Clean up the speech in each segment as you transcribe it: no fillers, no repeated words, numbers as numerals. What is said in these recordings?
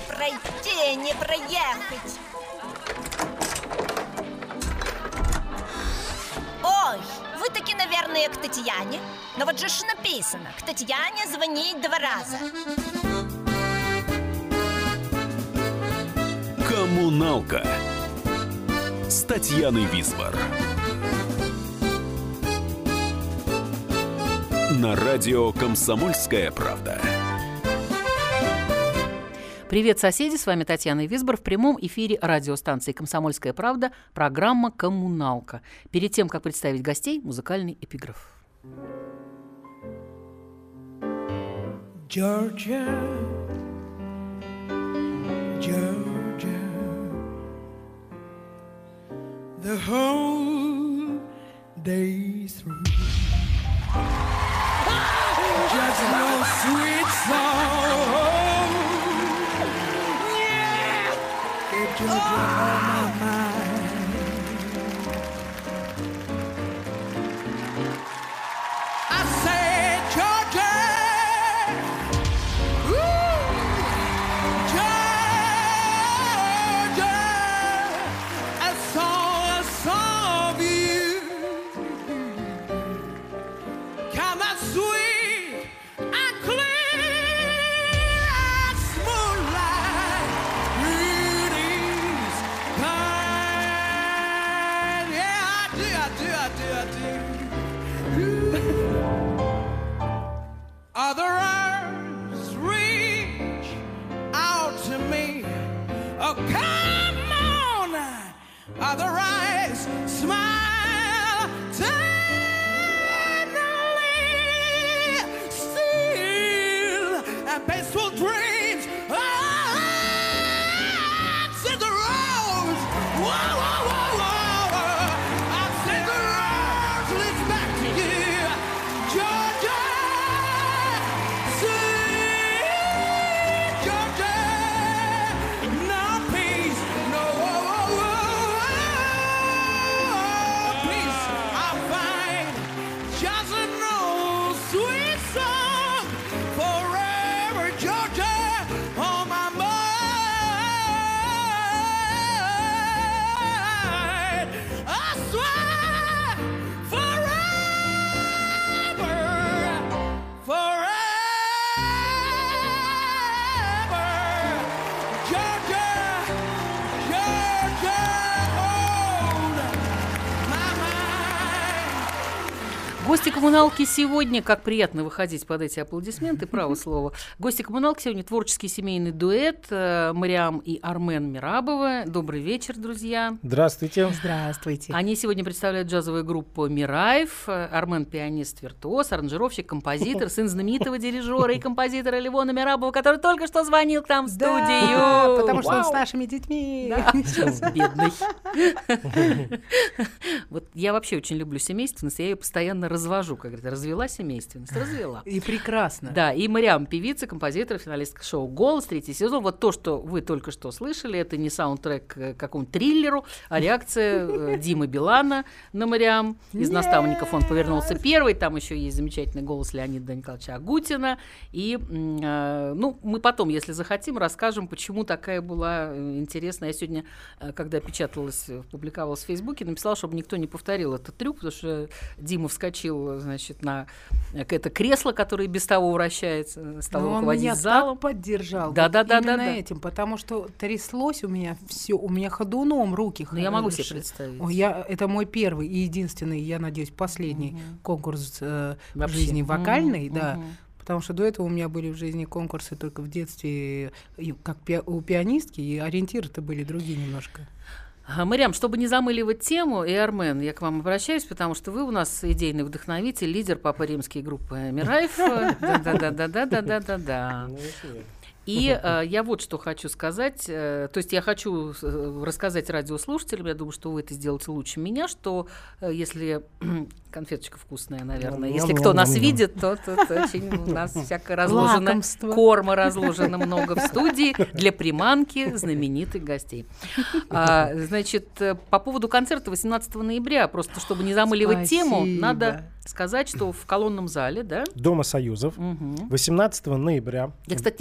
пройти, не проехать. Ой, вы таки, наверное, к Татьяне. Но вот же ж написано: к Татьяне звонить 2 раза. Коммуналка с Татьяной Висбор. На радио «Комсомольская правда». Привет, соседи! С вами Татьяна Висбор. В прямом эфире радиостанции «Комсомольская правда» программа «Коммуналка». Перед тем, как представить гостей, музыкальный эпиграф. Georgia, Georgia, the whole day through. Just no sweet song. Yeah, keep Georgia on my mind. I said, Georgia, Georgia, I saw of you. Come as sweet and clear as moonlight. It is kind. Yeah, I do. Other arms reach out to me. Oh, come on. Other eyes smile tenderly. Still and peaceful dreams. I've seen the rose. Whoa, whoa, whoa, whoa. I've seen the rose leads back to you, Georgia. Sweet Georgia. No peace, no peace. I find just an old sweet song forever, Georgia, on my mind. I swear forever, forever, Georgia, Georgia, on my mind. Гости коммуналки сегодня, как приятно выходить под эти аплодисменты, право слово. Гости коммуналки сегодня творческий семейный дуэт Мариам и Армен Мерабовы. Добрый вечер, друзья. Здравствуйте. Здравствуйте. Они сегодня представляют джазовую группу «Мираев». Армен – пианист, виртуоз, аранжировщик, композитор, сын знаменитого дирижера и композитора Левона Мерабова, который только что звонил к нам в студию. Да, потому что он с нашими детьми. Бедный. Вот я вообще очень люблю семейственность, я ее постоянно развожу, как говорят, развела семейственность, развела. И прекрасно. Да, и Мариам, певица, композитор, финалистка шоу «Голос», 3-й сезон. Вот то, что вы только что слышали, это не саундтрек к какому-то триллеру, а реакция Димы Билана на Мариам. Из наставников он повернулся первый. Там еще есть замечательный голос Леонида Николаевича Агутина. И, мы потом, если захотим, расскажем, почему такая была интересная. Я сегодня, когда публиковалась в Фейсбуке, написала, чтобы никто не повторил этот трюк, потому что Дима вскочил, значит, на это кресло, которое без того вращается, стал руководить меня залом. Так поддержал. Да. Этим, потому что тряслось у меня все, у меня ходуном руки. Ну, я могу себе представить. Это мой первый и единственный, я надеюсь, последний конкурс в жизни вокальный, да. Потому что до этого у меня были в жизни конкурсы только в детстве, как у пианистки, и ориентиры-то были другие немножко. Мариам, чтобы не замыливать тему, и Армен, я к вам обращаюсь, потому что вы у нас идейный вдохновитель, лидер Папы Римские группы Мираев. Да. И я вот что хочу сказать. То есть я хочу рассказать радиослушателям, я думаю, что вы это сделаете лучше меня, что если... Конфеточка вкусная, наверное. Если кто нас видит, то тут очень у нас всякое разложено. Лакомство. Корма разложено много в студии для приманки знаменитых гостей. Значит, по поводу концерта 18 ноября, просто чтобы не замыливать тему, надо сказать, что в колонном зале, да? Дома Союзов. 18 ноября. Я, кстати, не знала, что он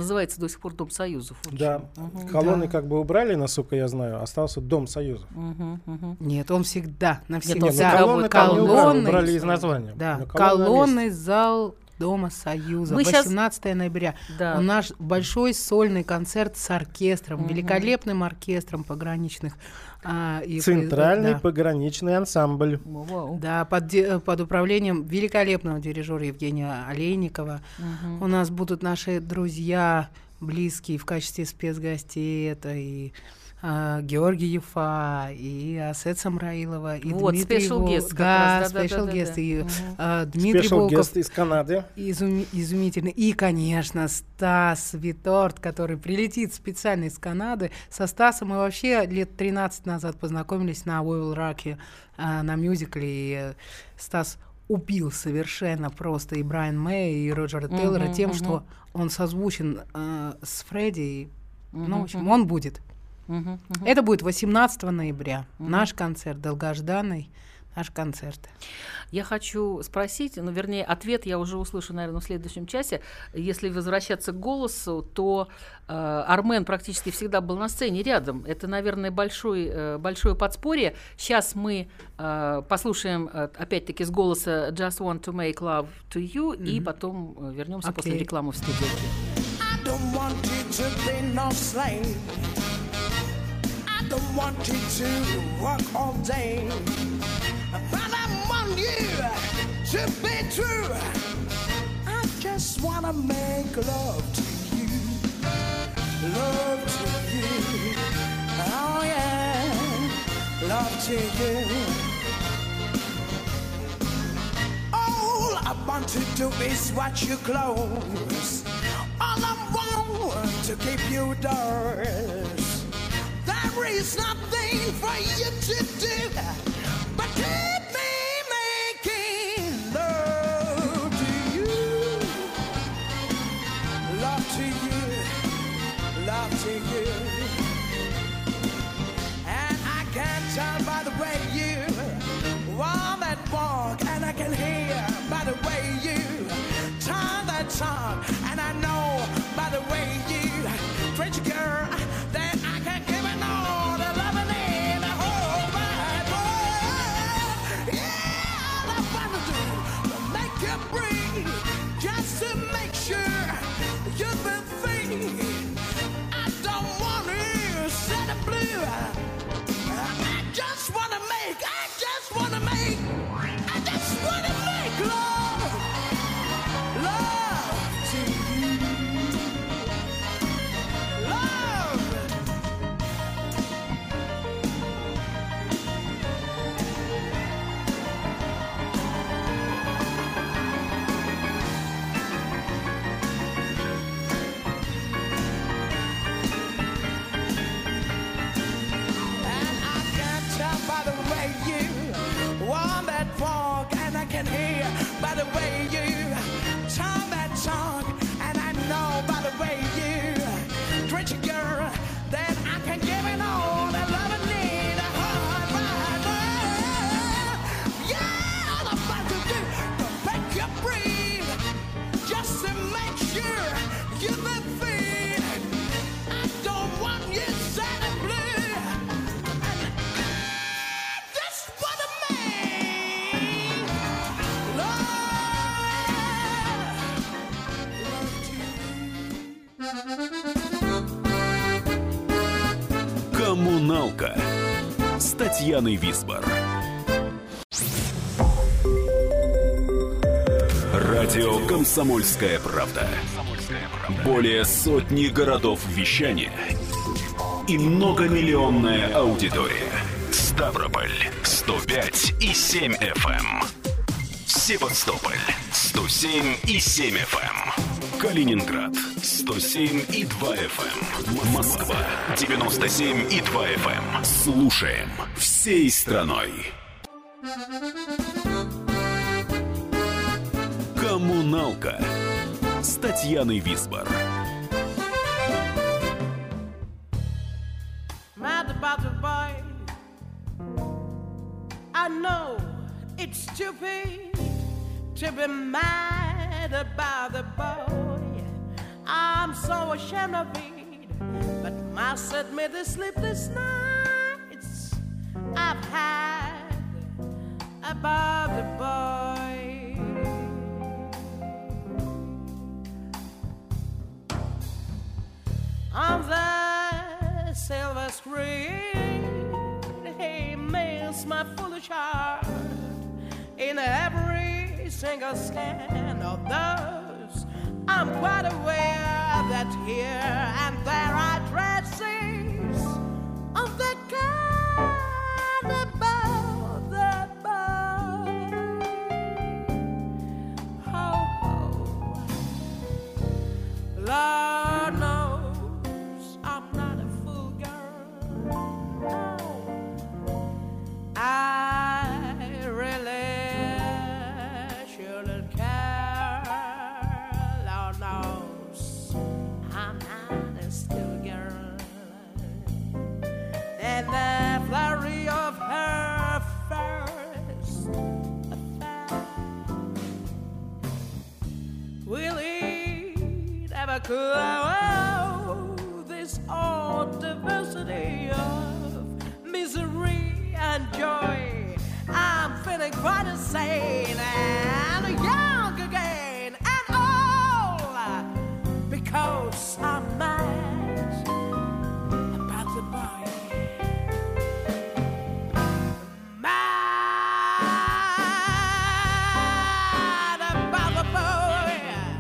называется до сих пор Дом Союзов. Да. Колонны как бы убрали, насколько я знаю, остался Дом Союзов. Нет, он всегда, он навсегда. всегда Колонны там не убрали, Колонны, убрали из названия. да, Но колонны на колонный месте. зал Дома Союза, Мы щас- 18 ноября. Да. У нас большой сольный концерт с оркестром, великолепным оркестром пограничных. Центральный да. пограничный ансамбль. Вау. Да, под управлением великолепного дирижера Евгения Олейникова. У нас будут наши друзья близкие в качестве спецгостей. Это и Георгий Ефа, и Асет Самраилова, и Вот, Дмитрий special guest как Да, раз, да, special да, guest, да. и Дмитрий Спешл Волков. гест из Канады. Изумительный. И, конечно, Стас Виторт, который прилетит специально из Канады. Со Стасом мы вообще лет 13 назад познакомились на We Will Rock You, на мюзикле. И Стас убил совершенно просто и Брайан Мэй, и Роджера Тейлора тем, что он созвучен с Фредди. Ну, в общем, он будет. Это будет 18 ноября. Наш концерт, долгожданный наш концерт. Я хочу спросить, ну, вернее, ответ я уже услышу, наверное, в следующем часе. Если возвращаться к голосу, то Армен практически всегда был на сцене рядом. Это, наверное, большое подспорье. Сейчас мы послушаем, опять-таки, с голоса Just Want to Make Love to You, и потом вернемся после рекламы в студию. I don't want you to be no slave. I don't want you to work all day. But I want you to be true. I just wanna make love to you. Love to you. Oh yeah. Love to you. All I want to do is watch you close. All I want to keep you doors. There is nothing for you to do but keep me making love to you. Love to you. Love to you. And I can tell by the way you walk and walk, and I can hear by the way you turn that tongue, and I know by the way you treat your girl that I can give it all the loving in the whole wide world. Yeah, all I wanna do to make you breathe, just to make sure you've been free. I don't want to set it blue. I just wanna make love, love to you, love. And I can tell by the way you walk that walk, and I can hear by the way you turn that tongue, and I know by the way you treat your girl that I can give it all the love I need, a heart right there. Yeah, all I'm about to do to make you breathe, just to make sure you live free. I don't want you sad and blue. I just wanna make love to you. Коммуналка с Татьяной Висбор. Радио «Комсомольская правда». Более сотни городов вещания и многомиллионная аудитория. Ставрополь 105 и 7 FM. Севастополь 107 и 7 FM. Калининград 107 и 2 FM. Москва 97 и 2 FM. Слушаем всей страной. Коммуналка с Татьяной Висбор. Mad about the boy. I know it's stupid to be mad about the boy. I'm so ashamed of it, but must admit the sleepless nights I've had about the boy. On the silver screen, he melts my foolish heart in every single scan of those. I'm quite aware that here and there are traces of the kind about the boy. Oh, Lord knows I'm not a fool, girl. No, I really shouldn't care. Lord knows I'm not a still girl. And the flurry of her first affair, will it ever close this odd diversity of misery and joy? I'm feeling quite insane and young again, and all because I'm mad about the boy. Mad about the boy.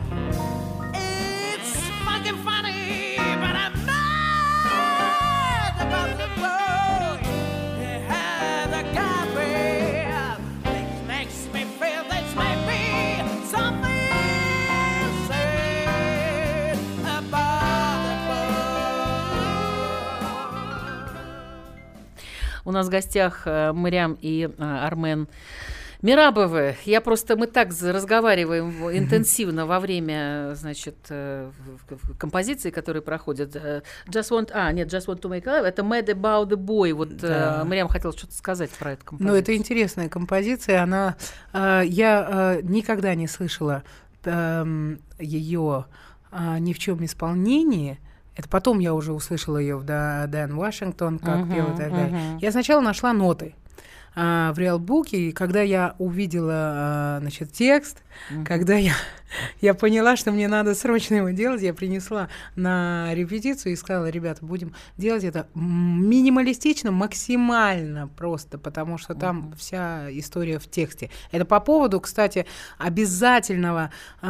It's fucking funny, but I'm mad about the boy. Yeah, the guy this makes me feel this may be something said about the boy. У нас в гостях Марьям и Армен Мерабовы. Мы так разговариваем интенсивно во время, значит, композиции, которые проходят. Just want to make love. Это Mad About the Boy. Вот да. Марьям хотела что-то сказать про эту композицию. Ну, это интересная композиция. Она, я никогда не слышала ее ни в чем исполнении. Это потом я уже услышала ее в Дайан Вашингтон, как пела и так далее. Я сначала нашла ноты в реалбуке, и когда я увидела, значит, текст, когда я поняла, что мне надо срочно его делать, я принесла на репетицию и сказала: ребята, будем делать это минималистично, максимально просто, потому что там вся история в тексте. Это по поводу, кстати, обязательного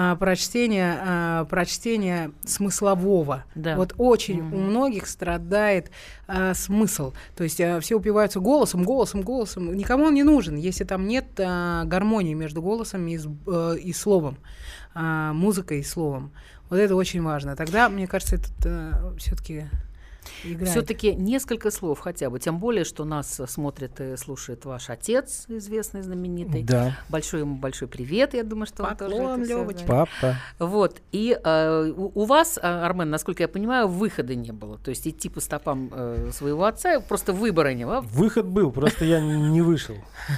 прочтения смыслового. Да. Вот очень у многих страдает смысл. То есть все упиваются голосом. Никому он не нужен, если там нет гармонии между голосом и словом, музыкой и словом. Вот это очень важно. Тогда, мне кажется, это все-таки играет. Все-таки несколько слов хотя бы. Тем более, что нас смотрит и слушает ваш отец, известный, знаменитый. Да. Большой привет, я думаю, что Поклон, он тоже Лёвочка. Папа. Вот. И у вас, Армен, насколько я понимаю, выхода не было. То есть идти по стопам своего отца, просто выбора не было. Выход был, просто я не вышел.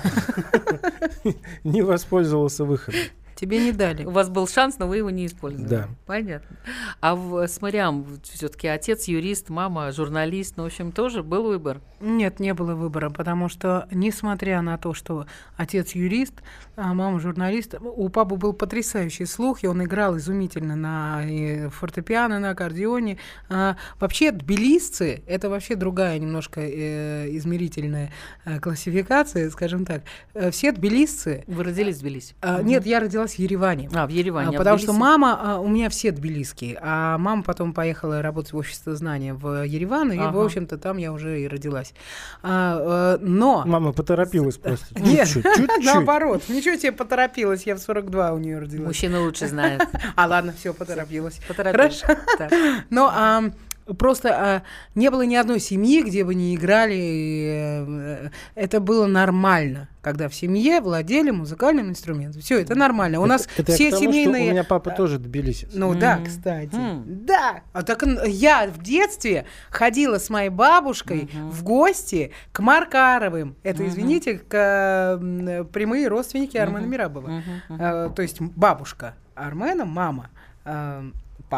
Не воспользовался выходом. Тебе не дали. У вас был шанс, но вы его не использовали. Да. Понятно. А с Марьям все-таки отец юрист, мама журналист, ну, в общем, тоже был выбор? Нет, не было выбора, потому что, несмотря на то, что отец юрист, а мама журналист, у папы был потрясающий слух, и он играл изумительно на фортепиано, на аккордеоне. Вообще, тбилисцы — это вообще другая немножко измерительная классификация, скажем так. Все тбилисцы... Вы родились в Тбилиси? Нет, я родилась в Ереване. В Ереване. Потому что мама, у меня все тбилисские, а мама потом поехала работать в общество знания в Ереван, и, в общем-то, там я уже и родилась. Но... Мама поторопилась просто. Нет, наоборот. Ничего себе поторопилась, я в 42 у нее родилась. Мужчина лучше знает. Ладно, все, поторопилась. Хорошо. Но... Просто не было ни одной семьи, где бы не играли. И, это было нормально, когда в семье владели музыкальным инструментом. Все, это нормально. У нас это все к тому, семейные... Что у меня папа тоже тбилисец. Ну да, кстати. Да. А так я в детстве ходила с моей бабушкой в гости к Маркаровым. Это, извините, прямые родственники Армена Мерабова. То есть бабушка Армена, мама папы,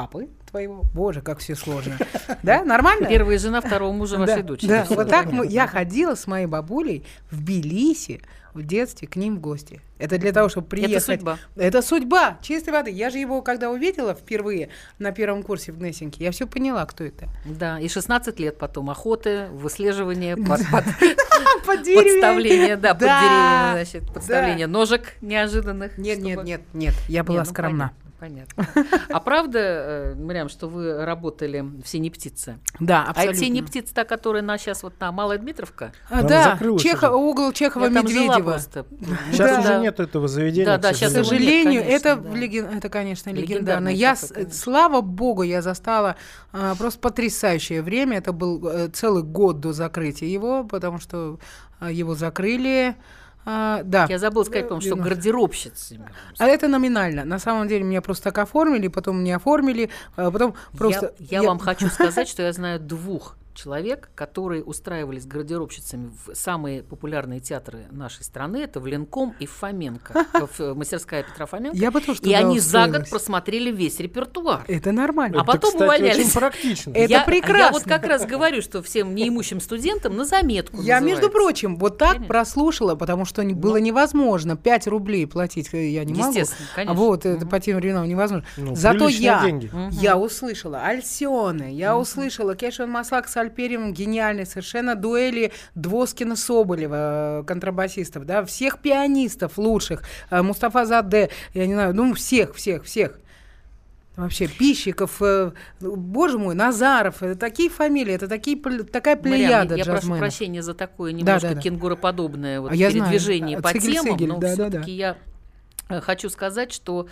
твоего. Боже, как все сложно. Да, нормально? Первая жена второго мужа вашей дочери. Да, Всё вот так понятно. я ходила с моей бабулей в Тбилиси в детстве к ним в гости. Это для того, чтобы приехать. Это судьба. Это судьба, чистой воды. Я же его, когда увидела впервые на первом курсе в Гнессинке, я все поняла, кто это. Да, и 16 лет потом охоты, выслеживание, Под деревьями. подставление, да, под Да. деревьями, значит, подставление ножек неожиданных. Нет, нет, чтобы- нет, нет, я была Не, ну, скромна. Понятно. А правда, Мариам, что вы работали в «Синей птице»? Да, А абсолютно. это «Синяя птица», та, которая сейчас вот на Малая Дмитровка? А, Она да, закрылась уже. угол Я там жила Чехова-Медведева. просто. Сейчас Да. уже нет этого заведения. Да, да, к щас К его сожалению. сожалению, конечно, это, да. это, конечно, Легендарное легендарно. Я, кафе, конечно. слава богу, я застала просто потрясающее время. Это был целый год до закрытия его, потому что его закрыли. Да. Я забыла сказать, по-моему, что гардеробщица. А это номинально. На самом деле меня просто так оформили, потом не оформили, потом просто... Я вам хочу сказать, что я знаю 2 человек, которые устраивались гардеробщицами в самые популярные театры нашей страны. Это в Ленком и в Фоменко, в мастерская Петра Фоменко. Я бы тоже И туда они за год устроилась. просмотрели весь репертуар. Это нормально. А потом кстати, увольнялись. очень практично. Это Я прекрасно. вот как раз говорю, что всем неимущим студентам на заметку Я, между называется. прочим, вот так Конечно. прослушала, потому что было невозможно 5 рублей платить, я не могу. Естественно, конечно. Вот, это по тем временам невозможно. Ну, Зато приличные деньги. я услышала Альсёны, я услышала Кешин Маслак с Альперием, гениальные совершенно дуэли Двоскина-Соболева, контрабасистов, да, всех пианистов лучших, Мустафа Заде, я не знаю, ну, всех. Вообще, Пищиков, боже мой, Назаров, это такие фамилии, это такая Мариам, плеяда я прошу джазменов. прощения за такое немножко да. кенгуроподобное вот Я знаю. передвижение по Цигель-сигель, темам, но да. все-таки я хочу сказать, что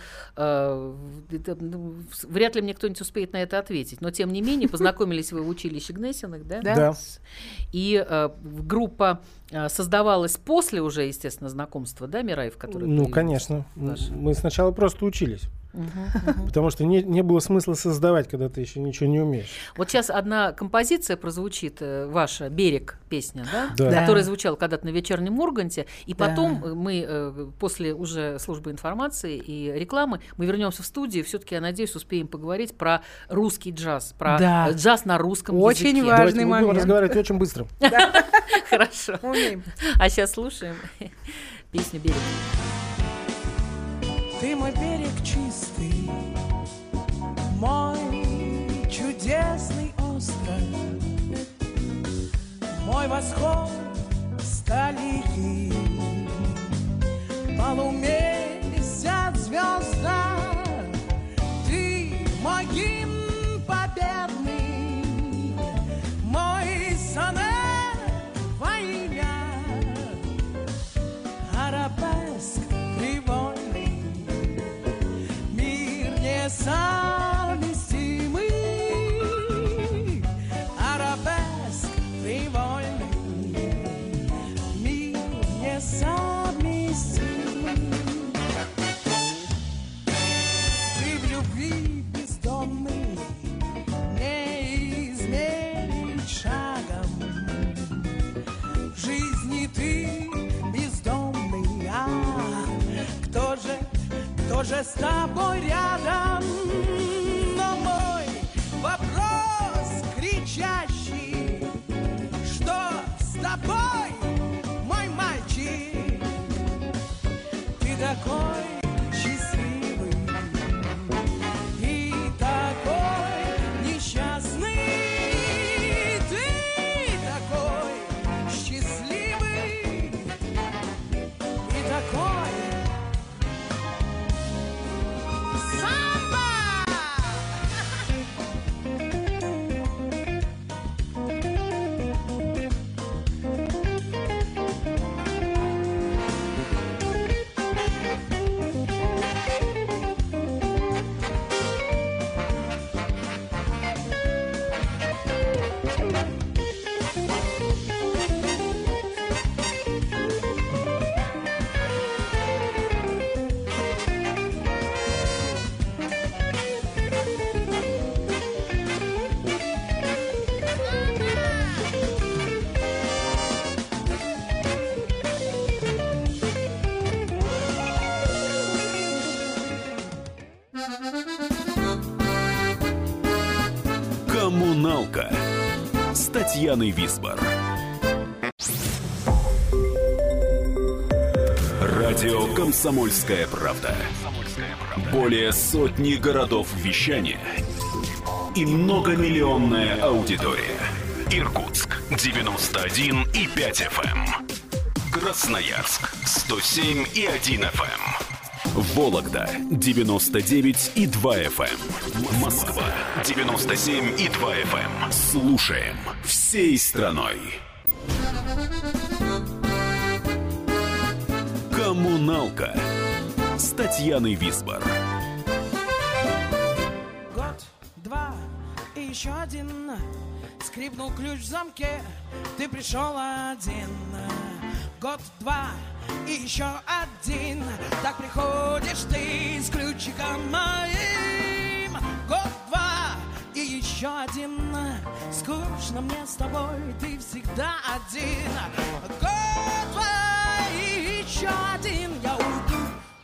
вряд ли мне кто-нибудь успеет на это ответить. Но, тем не менее, познакомились вы в училище Гнессиных, да? Да. Да. И группа создавалась после уже, естественно, знакомства, да, Мираев, который Ну, появился? конечно. Ваш. Мы сначала просто учились. Потому что не было смысла создавать, когда ты еще ничего не умеешь. Вот сейчас одна композиция прозвучит, ваша «Берег» песня, да? Да. Да. Которая звучала когда-то на вечернем Урганте. И Да. потом мы, после уже службы информации и рекламы, мы вернемся в студию. Все-таки, я надеюсь, успеем поговорить про русский джаз, про Да. джаз на русском Очень языке. важно. Давайте Важный мы будем момент. разговаривать очень быстро. Хорошо. Умеем. А сейчас слушаем песню «Берег». Ты мой берег чистый, мой чудесный остров, мой восход столики, по луне висят звезда, ты мой гимн победный, мой сонет во имя арабеск привольный. Мир несовместимый, арабеск привольный, мир несовместимый. Ты в любви бездомный, не измерить шагом. В жизни ты бездомный, кто же с тобой рядом? Но мой вопрос кричащий, что с тобой, мой мальчик? Ты такой счастливый и такой несчастный. Ты такой счастливый и такой. Самбо! Татьяной Висбор. Радио «Комсомольская правда». Более сотни городов вещания и многомиллионная аудитория. Иркутск 91,5 FM. Красноярск 107,1 FM. Вологда 99,2 FM. Москва 97,2 FM. Слушаем всей страной. Коммуналка с Татьяной Висбор. Год, два и еще один. Скрипнул ключ в замке, ты пришел один. Год, два и еще один. Так приходишь ты с ключиком моим. Год, два и еще один. Скучно мне с тобой, ты всегда один. Год, два и еще один. Я уйду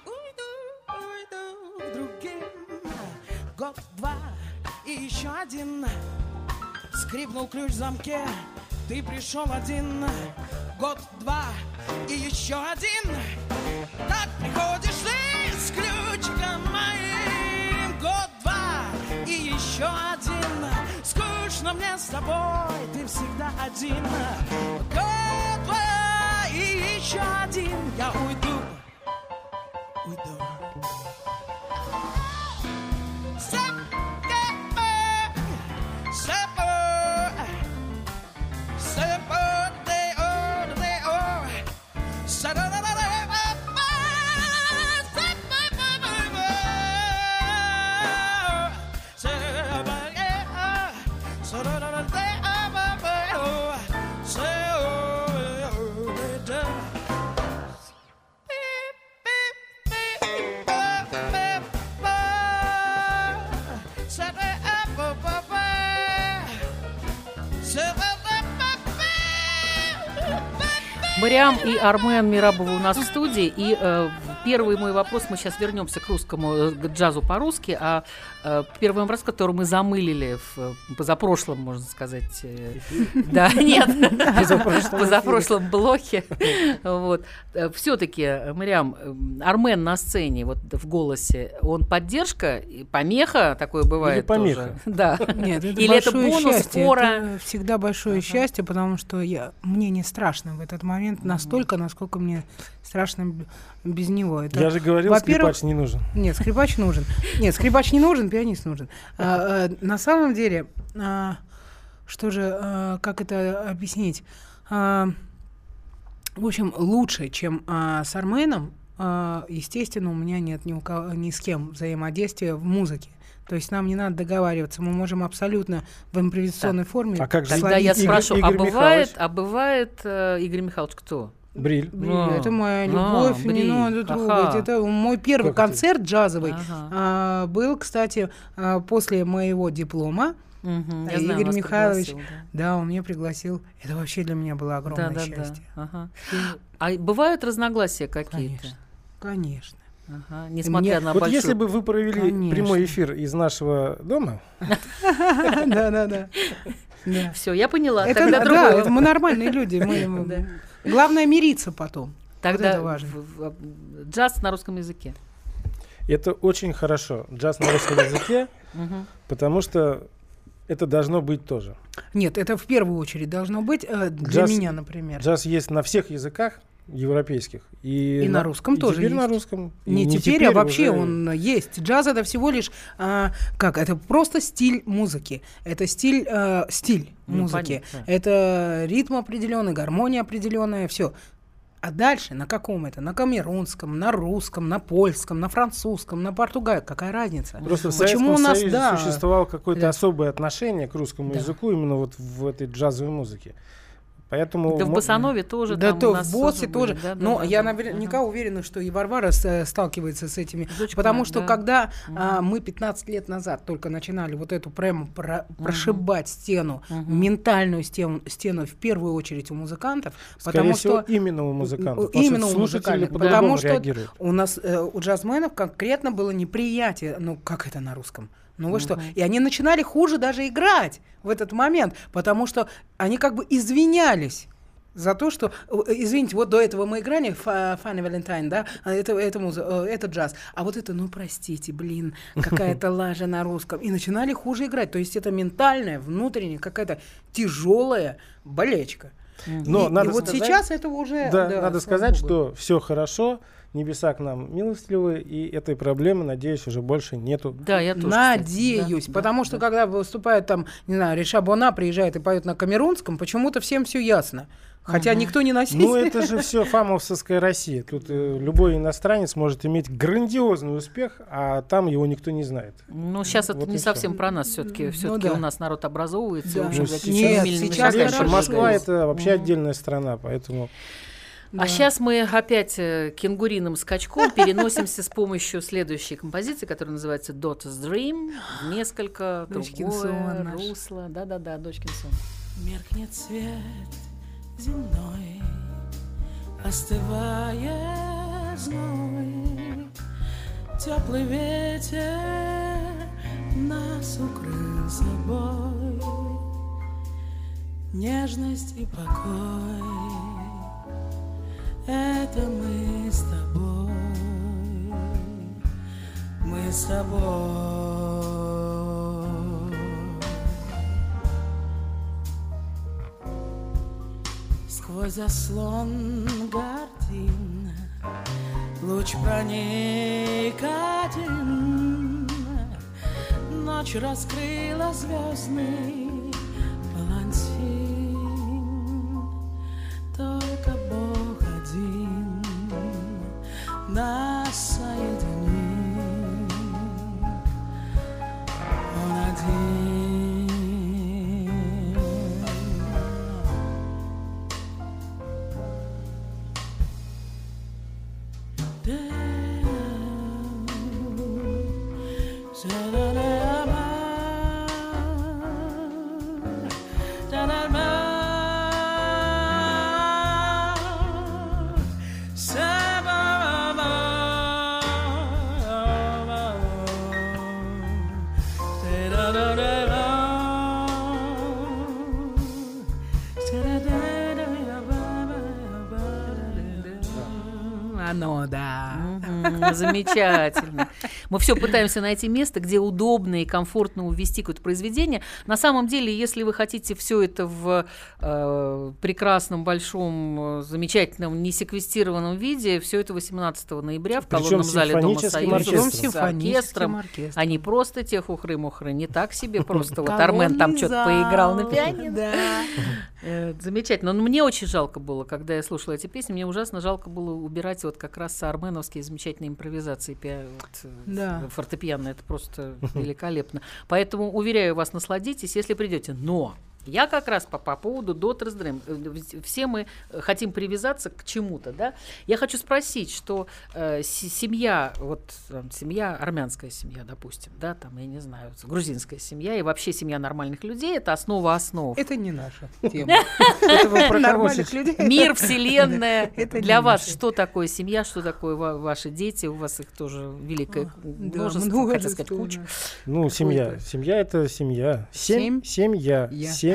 к другим. Год, два и еще один. Скрипнул ключ в замке, ты пришел один. Год, два и еще один. Так приходишь ты с ключиком моим. Год, два и еще один. Скучно мне с тобой, ты всегда один. Год, два и еще один. Я уйду. Мариам и Армен Мирабовы у нас в студии. И первый мой вопрос, мы сейчас вернемся к русскому, к джазу по-русски, а первый вопрос, который мы замылили в позапрошлом, можно сказать, да, нет, в позапрошлом блоке. Вот. Все-таки, Мариам, Армен на сцене, вот в голосе, он поддержка, помеха, такое бывает. Или помеха. Тоже. Да. Нет, это или это большое бонус, счастье. фора. Это всегда большое счастье, потому что мне не страшно в этот момент настолько, насколько мне страшно без него. Это, Я же говорил, во-первых, скрипач не нужен. Нет, скрипач нужен. Нет, скрипач не нужен, пианист нужен. На самом деле, что же, как это объяснить? В общем, лучше, чем с Арменом, естественно, у меня нет ни с кем взаимодействия в музыке. То есть нам не надо договариваться, мы можем абсолютно в импровизационной форме. А как же Тогда я спрошу, Игорь Михайлович? бывает Игорь Михайлович кто? Бриль. Это моя любовь, не Бриль. надо трогать. Это мой первый Как это? концерт джазовый. Ага. Был, кстати, после моего диплома. Мгм, я знаю, Игорь вас Михайлович, пригласил, да, он меня пригласил. Это вообще для меня было огромное счастье. Ага. А бывают разногласия какие-то? Конечно. Ага. Несмотря на Вот большую... если бы вы провели Конечно. прямой эфир из нашего дома, Да. Все, я поняла. Это Тогда да, другой это мы нормальные люди. Главное мириться потом. Тогда это важно. Джаз на русском языке. это очень хорошо. Джаз на русском языке, потому что это должно быть тоже. Нет, это в первую очередь должно быть для меня, например. Джаз есть на всех языках европейских. И на русском тоже теперь есть. на русском. И Не теперь, а вообще уже... он есть. Джаз — это всего лишь это просто стиль музыки. Это стиль музыки. понятно. Это ритм определенный, гармония определенная, все. А дальше на каком это? На камерунском, на русском, на польском, на французском, на португальском. Какая разница? Просто в Почему Советском у нас, Союзе да, существовало какое-то да. особое отношение к русскому языку именно вот в этой джазовой музыке. Поэтому Да в боссанове тоже. Да, там то у нас в боссе тоже. были. Да, Но да, я да. наверняка уверена, что и Варвара сталкивается с этими. Дочка Потому моя, что да. когда мы 15 лет назад только начинали вот эту прямо прошибать стену, ментальную стену в первую очередь у музыкантов, скорее потому всего, что именно у музыкантов. потому именно что у слушатели музыкантов, по-другому потому что реагируют. у нас у джазменов конкретно было неприятие, ну как это на русском? Ну вы что? И они начинали хуже даже играть в этот момент, потому что они как бы извинялись за то, что, извините, вот до этого мы играли Funny Valentine, да, это джаз, а вот это, ну простите, блин, какая-то лажа на русском, и начинали хуже играть, то есть это ментальная, внутренняя, какая-то тяжелая болячка. Но и надо вот сказать, сейчас это уже... Да, надо сказать, что все хорошо, небеса к нам милостивы, и этой проблемы, надеюсь, уже больше нету. Да, я тоже. Надеюсь, кстати, потому что когда выступает там, не знаю, Риша Бона приезжает и поет на камерунском, почему-то всем все ясно. Хотя никто не насильник. Ну, это же все фамовская Россия. Тут любой иностранец может иметь грандиозный успех, а там его никто не знает. Ну, сейчас Вот это не совсем про нас все-таки. Все-таки да. у нас народ образовывается. Да. В общем, Ну, какие-то нет, семейные сейчас шаги хорошо. Москва — продвигаются. это вообще отдельная страна, поэтому... А сейчас мы опять кенгуриным скачком переносимся с помощью следующей композиции, которая называется Daughter's Dream. Несколько Дочкин другое сон наш. русло. Да-да-да, Дочкин сон. Меркнет свет земной, остывает зной, теплый ветер нас укрыл собой, нежность и покой — это мы с тобой, мы с тобой. Сквозь заслон гардин луч проник один, ночь раскрыла звездный палантин. Только Бог один нас соединил, Он один. Оно, да. Замечательно. Мы все пытаемся найти место, где удобно и комфортно увести какое-то произведение. На самом деле, если вы хотите все это в прекрасном, большом, замечательном, несеквестированном виде, все это 18 ноября в колонном зале Дома Союза с оркестром. А не просто те хухры-мухры, не так себе просто. Вот Армен там что-то поиграл на пианино. Замечательно. Но мне очень жалко было, когда я слушала эти песни, мне ужасно жалко было убирать вот как раз арменовские замечательные импровизации фортепиано. Это просто великолепно. Поэтому, уверяю вас, насладитесь, если придете. Но я как раз по поводу Daughter's Dream. Все мы хотим привязаться к чему-то, да? Я хочу спросить, что семья, вот семья, армянская семья, допустим, да, там, я не знаю, грузинская семья и вообще семья нормальных людей — это основа основ. Это не наша тема. Нормальных людей. Мир, вселенная. Это Для не вас наше. что такое семья, что такое ваши дети? У вас их тоже великое множество, хотя сказать, куча. Ну, семья. Семья — это семья. Семья. Семья.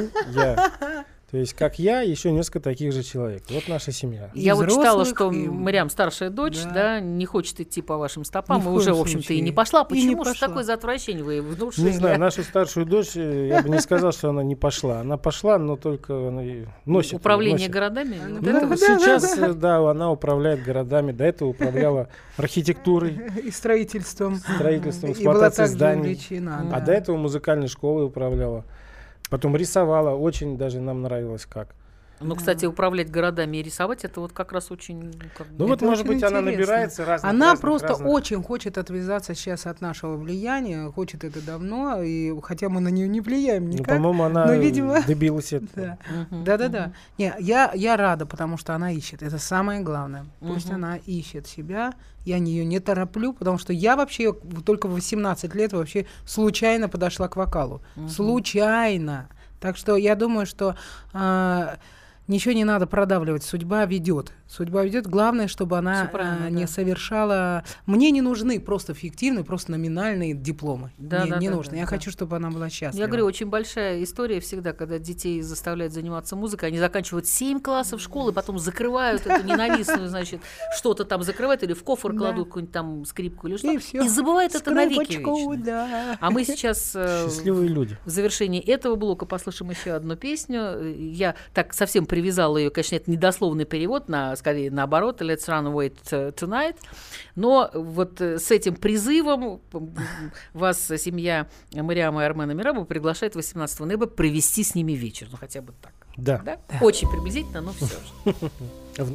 То есть, как я, еще несколько таких же человек. Вот наша семья. Я вот читала, взрослых, что и- Мариам, старшая дочь, да, не хочет идти по вашим стопам, Ни в и уже, коем в общем-то, и случае. не пошла. И не Почему же пошла. такое за отвращение вы внушили? Не знаю, нашу старшую дочь, я бы не сказал, что она не пошла. Она пошла, но только она и носит. её, Управление носит. городами? Вот Ну, это вот. сейчас, да, она управляет городами. До этого управляла архитектурой, И строительством. строительством, И была эксплуатацией также зданий. увлечена. А до этого музыкальной школой управляла. Потом рисовала. Очень даже нам нравилось как. Ну, кстати, управлять городами и рисовать, это вот как раз очень... Ну вот, Это может очень быть, она интересно. набирается разных. Она разных, просто разных. очень хочет отвязаться сейчас от нашего влияния, хочет это давно, и хотя мы на нее не влияем Ну, никак. по-моему, она но, видимо, добилась этого. Да. Да-да-да. Не, я рада, потому что она ищет. Это самое главное. Пусть она ищет себя. Я ее не тороплю, потому что я вообще только в 18 лет вообще случайно подошла к вокалу. Случайно. Так что я думаю, что ничего не надо продавливать. Судьба ведет. Главное, чтобы она не совершала... Мне не нужны просто фиктивные, просто номинальные дипломы. Не нужно. Я хочу, чтобы она была счастлива. Я говорю, очень большая история всегда, когда детей заставляют заниматься музыкой. Они заканчивают 7 классов школы, потом закрывают эту ненавистную, значит, что-то там закрывают или в кофр кладут какую-нибудь там скрипку или что. И забывают это навеки вечно. Да. А мы сейчас счастливые люди. В завершении этого блока послушаем еще одну песню. Я так совсем привязала ее, конечно, это недословный перевод, скорее наоборот, Let's Run Away Tonight. Но вот с этим призывом вас семья Мариама и Армена Мираба приглашает 18 ноября провести с ними вечер. Ну, хотя бы так. Да. Очень приблизительно, но все же.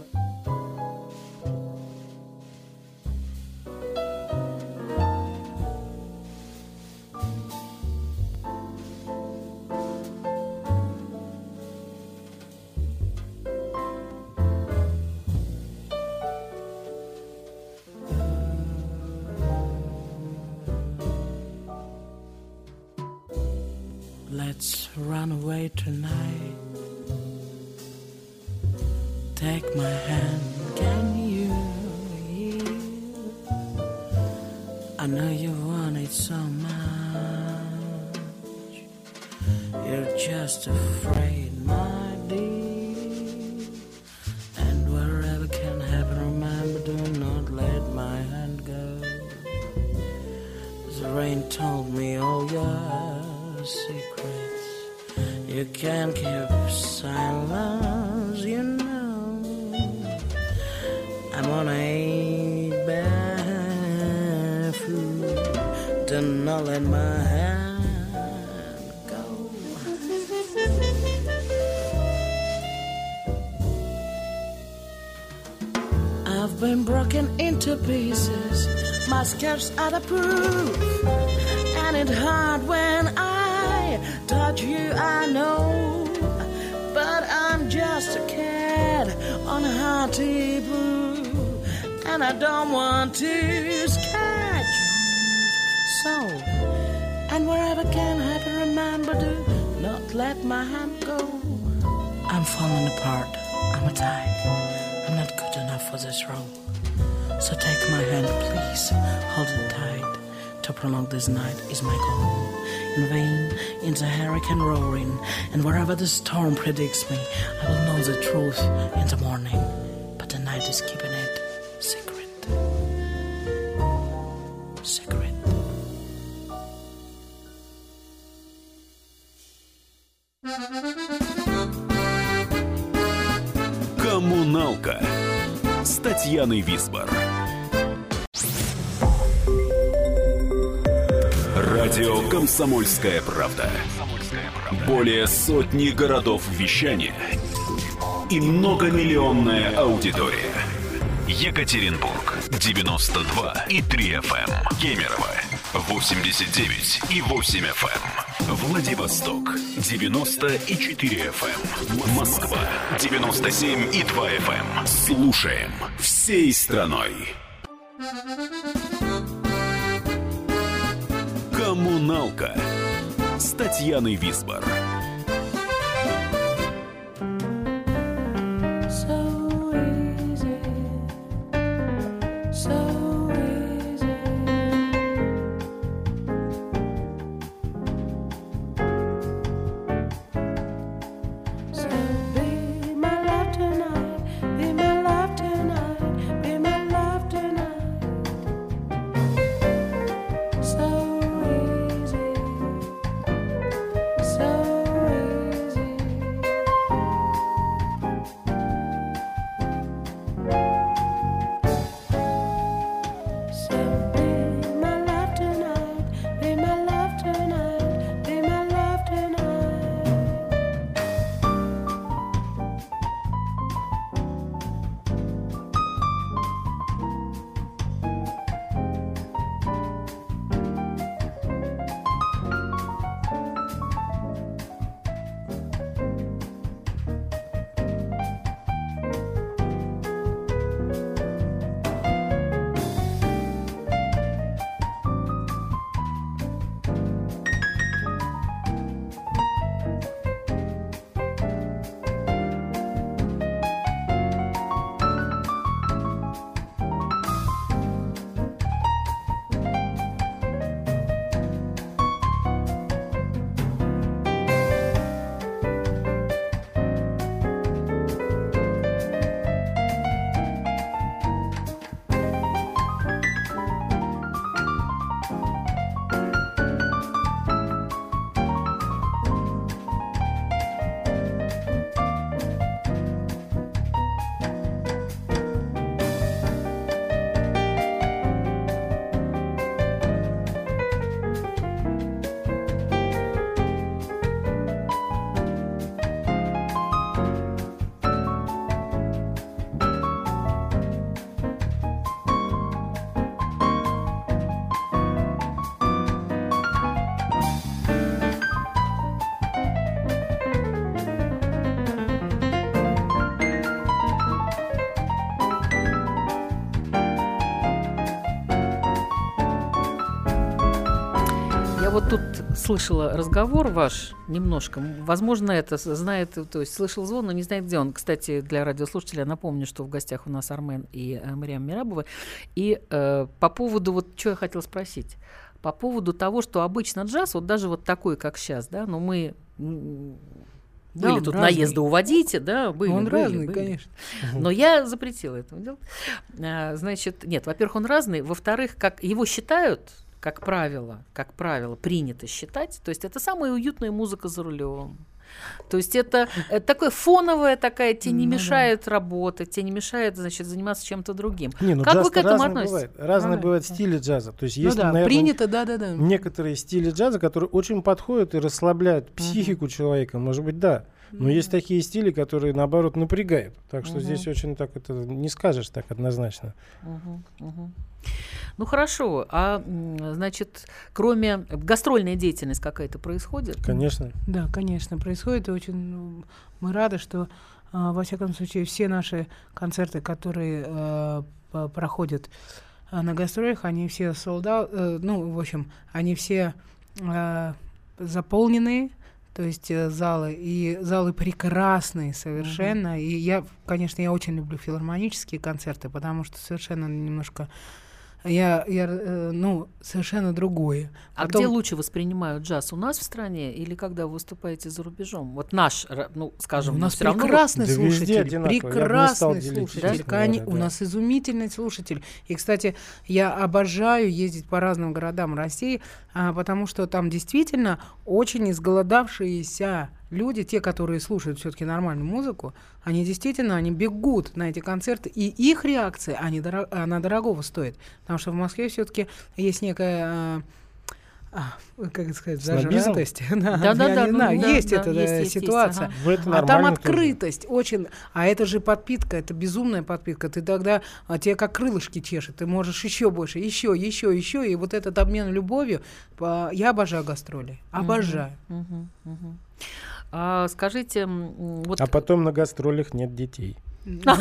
Let's run away tonight. Take my hand, can you hear? I know you want it so much. You're just afraid, my dear. And wherever can happen, remember, do not let my hand go. The rain told me all your secrets. You can't keep silence, you know. I'm on a bad food. Do not let my hand go. I've been broken into pieces. My scars are the proof. And it's hard when I touch you, I know. But I'm just a cat on a hearty blue. And I don't want to scratch you. So, and wherever can happen, remember, do not let my hand go. I'm falling apart, I'm tired. I'm not good enough for this role. So take my hand, please, hold it tight. To prolong this night is my goal. In vain, in the hurricane roaring, and wherever the storm predicts me, I will know the truth in the morning. But the night is keeping it secret. Secret. Коммуналка с Татьяной Висбор. Радио «Комсомольская правда». Более сотни городов вещания и многомиллионная аудитория. Екатеринбург 92,3 FM, Кемерово 89,8 FM, Владивосток 90,4 FM, Москва 97,2 FM. Слушаем всей страной. Коммуналка с Татьяной Висбор. вот тут слышала разговор ваш немножко. Возможно, это знает, то есть слышал звон, но не знает, где он. Кстати, для радиослушателя напомню, что в гостях у нас Армен и Мариам Мерабова. И по поводу, вот что я хотела спросить. По поводу того, что обычно джаз, вот даже вот такой, как сейчас, да, но мы... Были тут разный. Наезды уводите, да, были. Он были, разный, были. Конечно. Но я запретила это делать. Значит, нет, во-первых, он разный. Во-вторых, как его считают, как правило, принято считать, то есть это самая уютная музыка за рулем. То есть это такое фоновое, такая, тебе не мешает работать, тебе не мешает, значит, заниматься чем-то другим. Как вы к этому относитесь? Разные бывают стили джаза. То есть есть, наверное, принято, некоторые стили джаза, которые очень подходят и расслабляют психику человека, может быть, да. Но есть такие стили, которые, наоборот, напрягают. Так что здесь очень так это не скажешь так однозначно. Ну хорошо, а значит, кроме гастрольной деятельности какая-то происходит? Конечно. Да, конечно, происходит. И очень мы рады, что во всяком случае все наши концерты, которые проходят на гастролях, они все sold out, ну, в общем, они все заполнены. То есть залы прекрасные совершенно. И я, конечно, я очень люблю филармонические концерты, потому что совершенно немножко совершенно другое. А где лучше воспринимают джаз? У нас в стране или когда вы выступаете за рубежом? Вот наш, ну, скажем, у нас все равно... прекрасный слушатель, Да? У нас изумительный слушатель. И, кстати, я обожаю ездить по разным городам России, потому что там действительно очень изголодавшиеся люди, те, которые слушают все-таки нормальную музыку, они бегут на эти концерты, и их реакция, она дорогого стоит. Потому что в Москве все-таки есть некая, как это сказать, зажатость. Есть эта ситуация. А там открытость очень. А это же подпитка, это безумная подпитка. Ты тогда, тебе как крылышки чешет, ты можешь еще больше, еще. И вот этот обмен любовью, я обожаю гастроли. Обожаю. Скажите, вот... А потом на гастролях нет детей. Мы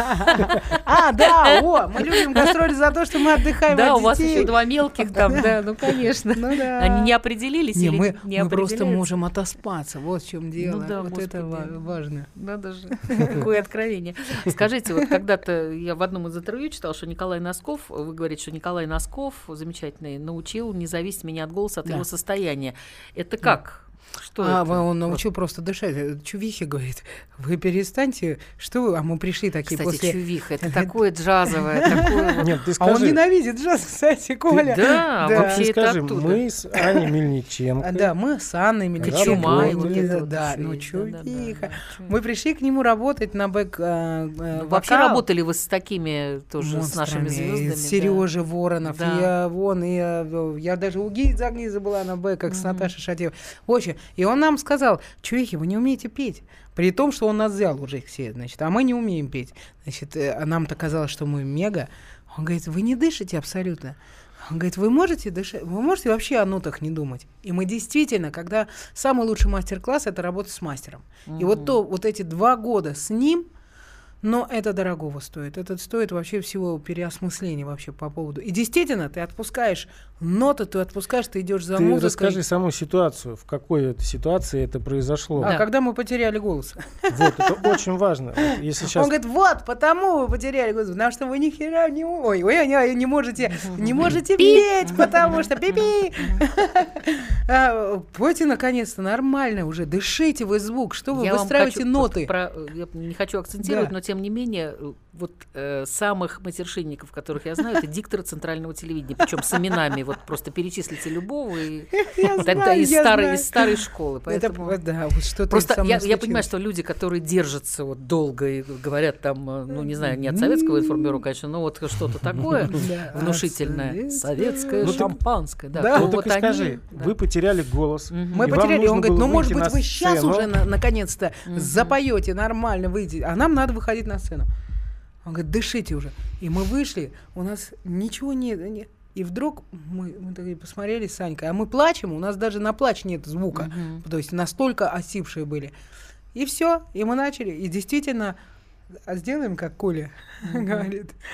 любим гастроли за то, что мы отдыхаем от детей. Да, у вас еще 2 мелких там, да, ну конечно. Они не определились или не определяются? Мы просто можем отоспаться, вот в чем дело. Вот это важно. Надо же, какое откровение. Скажите, вот когда-то я в одном из интервью читала, что Николай Носков, вы говорите, что Николай Носков, замечательный, научил не зависеть меня от голоса, от его состояния. Это как? Что он научил просто дышать. Чувихи говорит, вы перестаньте, что вы, а мы пришли такие. Кстати, после... чувиха, это такое джазовое, такое... Нет, ты скажи. А он ненавидит джаз, кстати, Коля. Да, вообще ты это скажи, оттуда. мы с Аней Мельниченко. Да, мы с Анной Мельниченко. Чумай, да, ну чувиха. Мы пришли к нему работать на бэк-вокал. Вообще работали вы с такими тоже, с нашими звездами? Сережа Воронов, я даже у Загниза была на бэках с Наташей Шатеевой. Очень. И он нам сказал, чувихи, вы не умеете петь. При том, что он нас взял уже все, значит, а мы не умеем петь. Значит, нам-то казалось, что мы мега. Он говорит, вы не дышите абсолютно. Он говорит, вы можете дышать, вы можете вообще о нотах не думать. И мы действительно, когда самый лучший мастер-класс — это работа с мастером. И вот эти 2 года с ним, но это дорогого стоит. Это стоит вообще всего переосмысления вообще по поводу. И действительно, ты отпускаешь ноты, ты идешь за музыкой. Ты расскажи саму ситуацию, в какой ситуации это произошло. Когда мы потеряли голос. Вот, это очень важно. Если сейчас... Он говорит, потому вы потеряли голос, потому что вы ни хера не... не можете петь, потому что пи-пи. Пойте наконец-то нормально уже, дышите вы звук, что вы выстраиваете ноты. Я не хочу акцентировать, но тем не менее, вот самых матершинников, которых я знаю, это дикторы центрального телевидения, причем с именами, вот просто перечислите любого из старой школы. Поэтому просто я понимаю, что люди, которые держатся вот долго и говорят там, ну не знаю, не от советского информбюро, конечно, но вот что-то такое внушительное, советское шампанское. Ну так и скажи, вы потеряли голос. Мы потеряли, он говорит, ну может быть вы сейчас уже наконец-то запоете нормально, выйдете, а нам надо выходить на сцену. Он говорит, дышите уже. И мы вышли, у нас ничего нет. И вдруг мы такие посмотрели с Санькой, а мы плачем, у нас даже на плач нет звука. То есть настолько осипшие были. И все, и мы начали. И действительно, сделаем, как Коля говорит.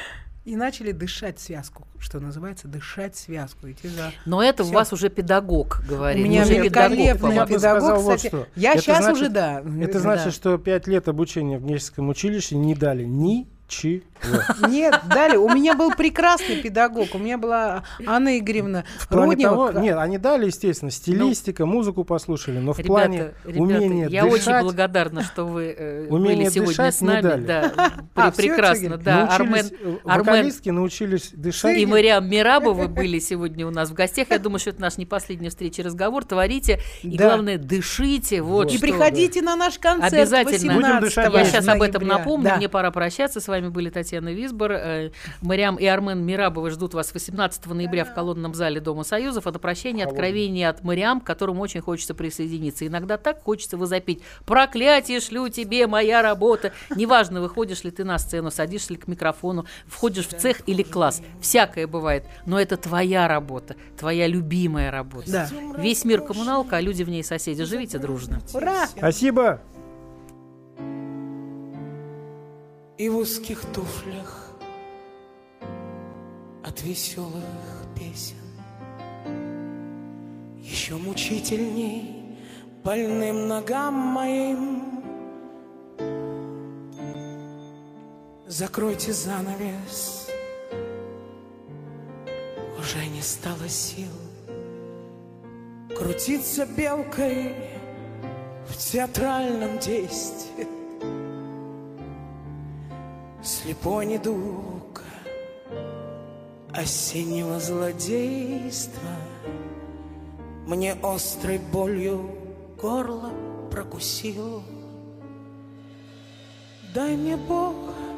И начали дышать связку, что называется, дышать связку. Идти за... Но это Всё. у вас уже педагог говорит. У меня уже великолепный педагог, педагог, вот кстати. что. Я Это сейчас значит- уже, да. Это значит, что 5 лет обучения в Нежском училище не дали ничего. Нет, дали. У меня был прекрасный педагог. У меня была Анна Игоревна В плане того, Руднева. нет, они дали, естественно, стилистика, музыку послушали, но в Ребята, плане умения я дышать, очень благодарна, что вы умение были сегодня дышать с не нами. дали. Да, всё, прекрасно, Игорь? да. научились, Армен вокалистки научились дышать. и Мариам Мирабовы были сегодня у нас в гостях. Я думаю, что это наша не последняя встреча и разговор. Творите. И Да. главное, дышите. Вот И что. приходите на наш концерт Обязательно. 18 Будем дышать. Я сейчас об этом ноября. напомню. Да. Мне пора прощаться. С вами были Татьяна Висбор. Мариам и Армен Мирабовы ждут вас 18 ноября в колонном зале Дома Союзов. А на прощение откровение от Мариам, к которому очень хочется присоединиться. Иногда так хочется возопить: проклятие шлю тебе, моя работа. Неважно, выходишь ли ты на сцену, садишься ли к микрофону, входишь в цех или класс. Всякое бывает. Но это твоя работа, твоя любимая работа. Да. Весь мир коммуналка, а люди в ней соседи. Живите дружно. Ура! Спасибо. И в узких туфлях от веселых песен еще мучительней больным ногам моим. Закройте занавес, уже не стало сил крутиться белкой в театральном действии. Слепой недуг осеннего злодейства мне острой болью горло прокусил. Дай мне Бог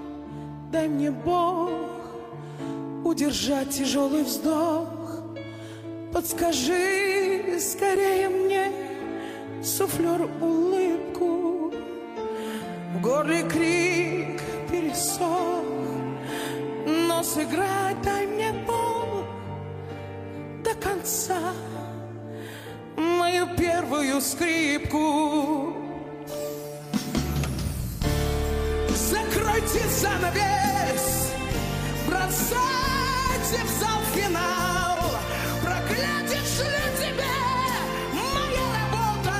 удержать тяжелый вздох. Подскажи скорее мне, суфлер, улыбку. В горле крик пересох, но сыграть дай мне Бог до конца мою первую скрипку. Закройте занавес, бросайте в зал финал. Проклятие шлю тебе, моя работа.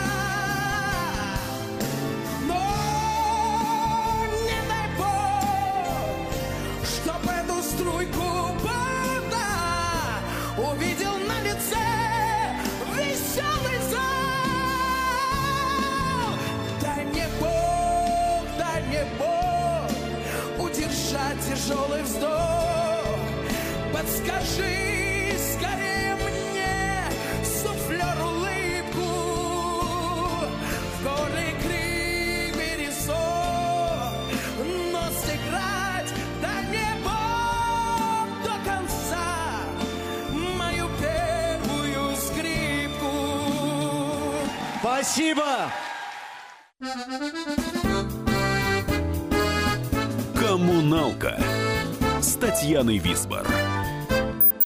Но не дай Бог, чтоб эту струйку пота увидел на лице веселый зал. Дай мне Бог удержать тяжелый вздох. Подскажи скорее мне, суфлер, улыбку. В горле крик пересох, но сыграть дай мне Бог до конца мою первую скрипку. Спасибо! «Коммуналка» с Татьяной Висбор.